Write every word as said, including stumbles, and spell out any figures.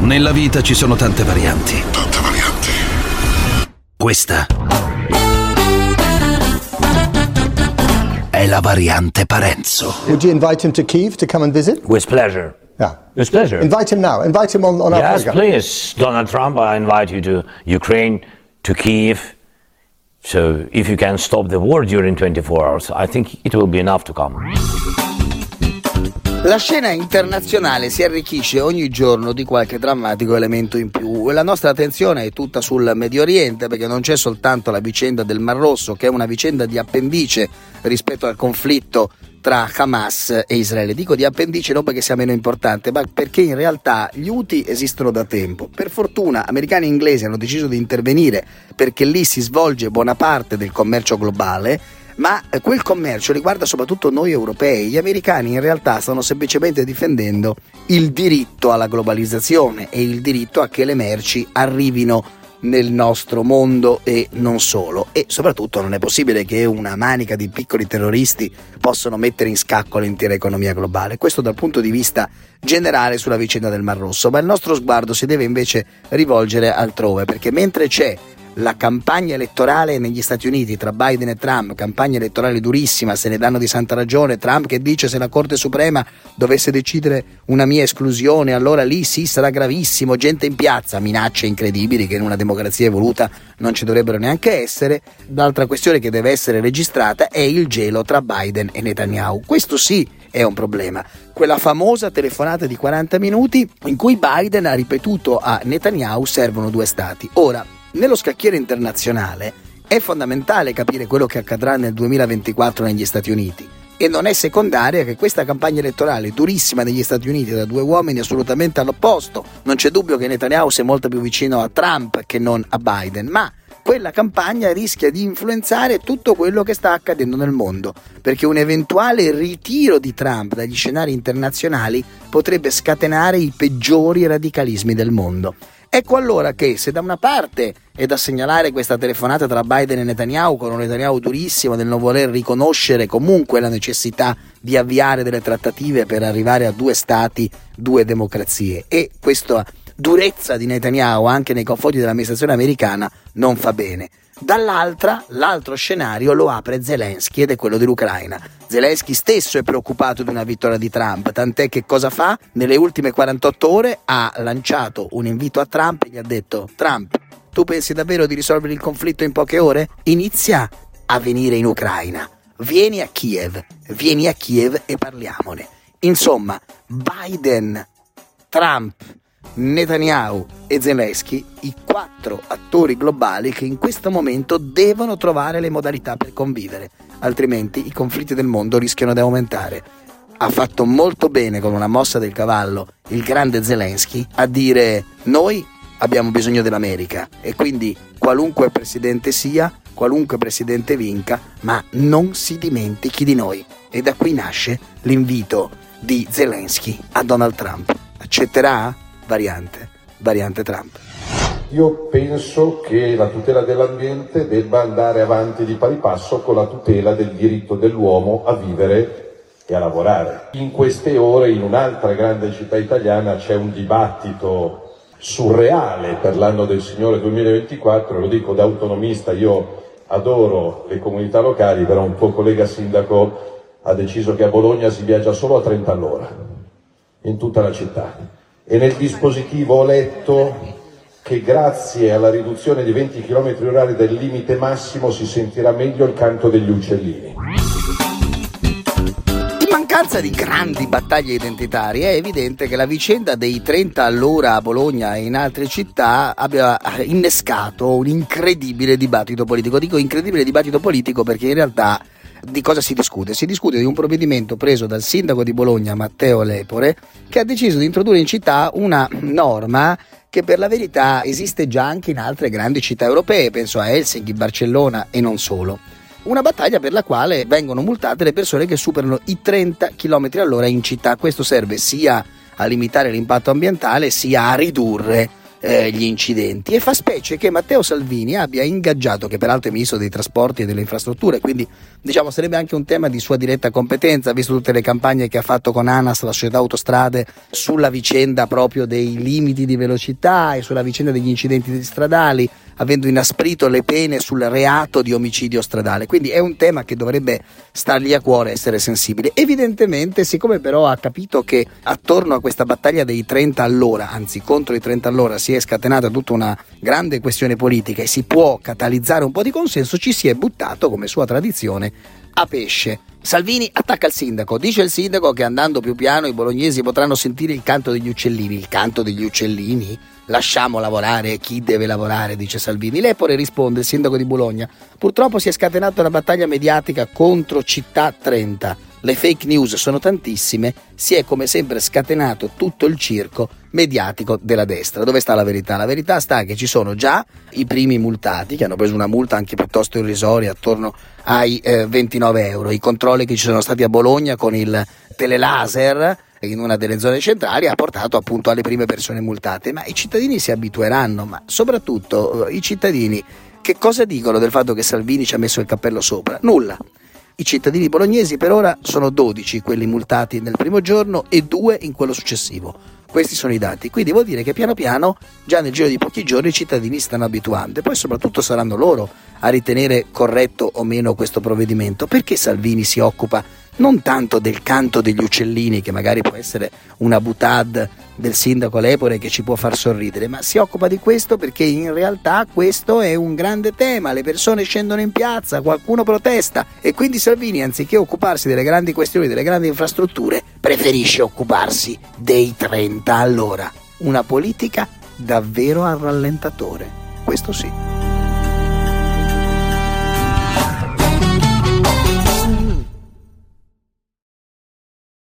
Nella vita ci sono tante varianti. Tante varianti. Questa è la variante Parenzo. Would you invite him to Kyiv to come and visit? With pleasure. Yeah. With pleasure. Invite him now. Invite him on, on our Yes, program. please. Donald Trump, I invite you to Ukraine, to Kyiv. So if you can stop the war during twenty-four hours, I think it will be enough to come. La scena internazionale si arricchisce ogni giorno di qualche drammatico elemento in più e la nostra attenzione è tutta sul Medio Oriente, perché non c'è soltanto la vicenda del Mar Rosso, che è una vicenda di appendice rispetto al conflitto tra Hamas e Israele. Dico di appendice non perché sia meno importante, ma perché in realtà gli Houthi esistono da tempo. Per fortuna americani e inglesi hanno deciso di intervenire perché lì si svolge buona parte del commercio globale, ma quel commercio riguarda soprattutto noi europei. Gli americani in realtà stanno semplicemente difendendo il diritto alla globalizzazione e il diritto a che le merci arrivino nel nostro mondo e non solo. E soprattutto non è possibile che una manica di piccoli terroristi possano mettere in scacco l'intera economia globale. Questo dal punto di vista generale sulla vicenda del Mar Rosso, ma il nostro sguardo si deve invece rivolgere altrove, perché mentre c'è la campagna elettorale negli Stati Uniti tra Biden e Trump, campagna elettorale durissima, se ne danno di santa ragione, Trump che dice se la Corte Suprema dovesse decidere una mia esclusione allora lì sì sarà gravissimo, gente in piazza, minacce incredibili che in una democrazia evoluta non ci dovrebbero neanche essere. L'altra questione che deve essere registrata è il gelo tra Biden e Netanyahu. Questo sì è un problema. Quella famosa telefonata di quaranta minuti in cui Biden ha ripetuto a Netanyahu servono due stati. Ora, nello scacchiere internazionale è fondamentale capire quello che accadrà nel duemilaventiquattro negli Stati Uniti e non è secondaria che questa campagna elettorale durissima negli Stati Uniti da due uomini assolutamente all'opposto. Non c'è dubbio che Netanyahu sia molto più vicino a Trump che non a Biden, ma quella campagna rischia di influenzare tutto quello che sta accadendo nel mondo, perché un eventuale ritiro di Trump dagli scenari internazionali potrebbe scatenare i peggiori radicalismi del mondo. Ecco allora che se da una parte è da segnalare questa telefonata tra Biden e Netanyahu, con un Netanyahu durissimo nel non voler riconoscere comunque la necessità di avviare delle trattative per arrivare a due stati, due democrazie, e questa durezza di Netanyahu anche nei confronti dell'amministrazione americana non fa bene. Dall'altra, l'altro scenario lo apre Zelensky ed è quello dell'Ucraina. Zelensky stesso è preoccupato di una vittoria di Trump, tant'è che cosa fa? Nelle ultime quarantotto ore ha lanciato un invito a Trump e gli ha detto: Trump, tu pensi davvero di risolvere il conflitto in poche ore? Inizia a venire in Ucraina, vieni a Kiev, vieni a Kiev e parliamone. Insomma, Biden, Trump, Netanyahu e Zelensky, i quattro attori globali che in questo momento devono trovare le modalità per convivere, altrimenti i conflitti del mondo rischiano di aumentare. Ha fatto molto bene con una mossa del cavallo il grande Zelensky a dire: noi abbiamo bisogno dell'America e quindi qualunque presidente sia, qualunque presidente vinca, ma non si dimentichi di noi. E da qui nasce l'invito di Zelensky a Donald Trump. Accetterà? Variante, variante Trump. Io penso che la tutela dell'ambiente debba andare avanti di pari passo con la tutela del diritto dell'uomo a vivere e a lavorare. In queste ore in un'altra grande città italiana c'è un dibattito surreale per l'anno del Signore duemilaventiquattro, lo dico da autonomista, io adoro le comunità locali, però un tuo collega sindaco ha deciso che a Bologna si viaggia solo a trenta all'ora, in tutta la città. E nel dispositivo ho letto che grazie alla riduzione di venti chilometri orari del limite massimo si sentirà meglio il canto degli uccellini. In mancanza di grandi battaglie identitarie è evidente che la vicenda dei trenta all'ora a Bologna e in altre città abbia innescato un incredibile dibattito politico. Dico incredibile dibattito politico perché in realtà di cosa si discute? Si discute di un provvedimento preso dal sindaco di Bologna, Matteo Lepore, che ha deciso di introdurre in città una norma che per la verità esiste già anche in altre grandi città europee, penso a Helsinki, Barcellona e non solo. Una battaglia per la quale vengono multate le persone che superano i trenta chilometri all'ora in città. Questo serve sia a limitare l'impatto ambientale sia a ridurre eh, gli incidenti, e fa specie che Matteo Salvini abbia ingaggiato, che peraltro è ministro dei trasporti e delle infrastrutture, quindi diciamo sarebbe anche un tema di sua diretta competenza, visto tutte le campagne che ha fatto con ANAS, la società autostrade, sulla vicenda proprio dei limiti di velocità e sulla vicenda degli incidenti stradali, avendo inasprito le pene sul reato di omicidio stradale. Quindi è un tema che dovrebbe stargli a cuore, essere sensibile. Evidentemente, siccome però ha capito che attorno a questa battaglia dei trenta all'ora, anzi contro i trenta all'ora, si è scatenata tutta una grande questione politica e si può catalizzare un po' di consenso, ci si è buttato, come sua tradizione, a pesce. Salvini attacca il sindaco, dice il sindaco che andando più piano i bolognesi potranno sentire il canto degli uccellini. Il canto degli uccellini? Lasciamo lavorare chi deve lavorare, dice Salvini. L'Epore risponde, il sindaco di Bologna: purtroppo si è scatenata una battaglia mediatica contro Città trenta. Le fake news sono tantissime, si è come sempre scatenato tutto il circo mediatico della destra. Dove sta la verità? La verità sta che ci sono già i primi multati, che hanno preso una multa anche piuttosto irrisoria, attorno ai eh, ventinove euro. I controlli che ci sono stati a Bologna con il telelaser in una delle zone centrali ha portato appunto alle prime persone multate, ma i cittadini si abitueranno. Ma soprattutto eh, i cittadini che cosa dicono del fatto che Salvini ci ha messo il cappello sopra? Nulla. I cittadini bolognesi per ora sono dodici quelli multati nel primo giorno e due in quello successivo. Questi sono i dati, quindi vuol dire che piano piano, già nel giro di pochi giorni, i cittadini si stanno abituando, e poi soprattutto saranno loro a ritenere corretto o meno questo provvedimento. Perché Salvini si occupa non tanto del canto degli uccellini, che magari può essere una boutade del sindaco Lepore che ci può far sorridere, ma si occupa di questo perché in realtà questo è un grande tema, le persone scendono in piazza, qualcuno protesta, e quindi Salvini, anziché occuparsi delle grandi questioni, delle grandi infrastrutture, preferisce occuparsi dei trenta all'ora. Una politica davvero al rallentatore, questo sì.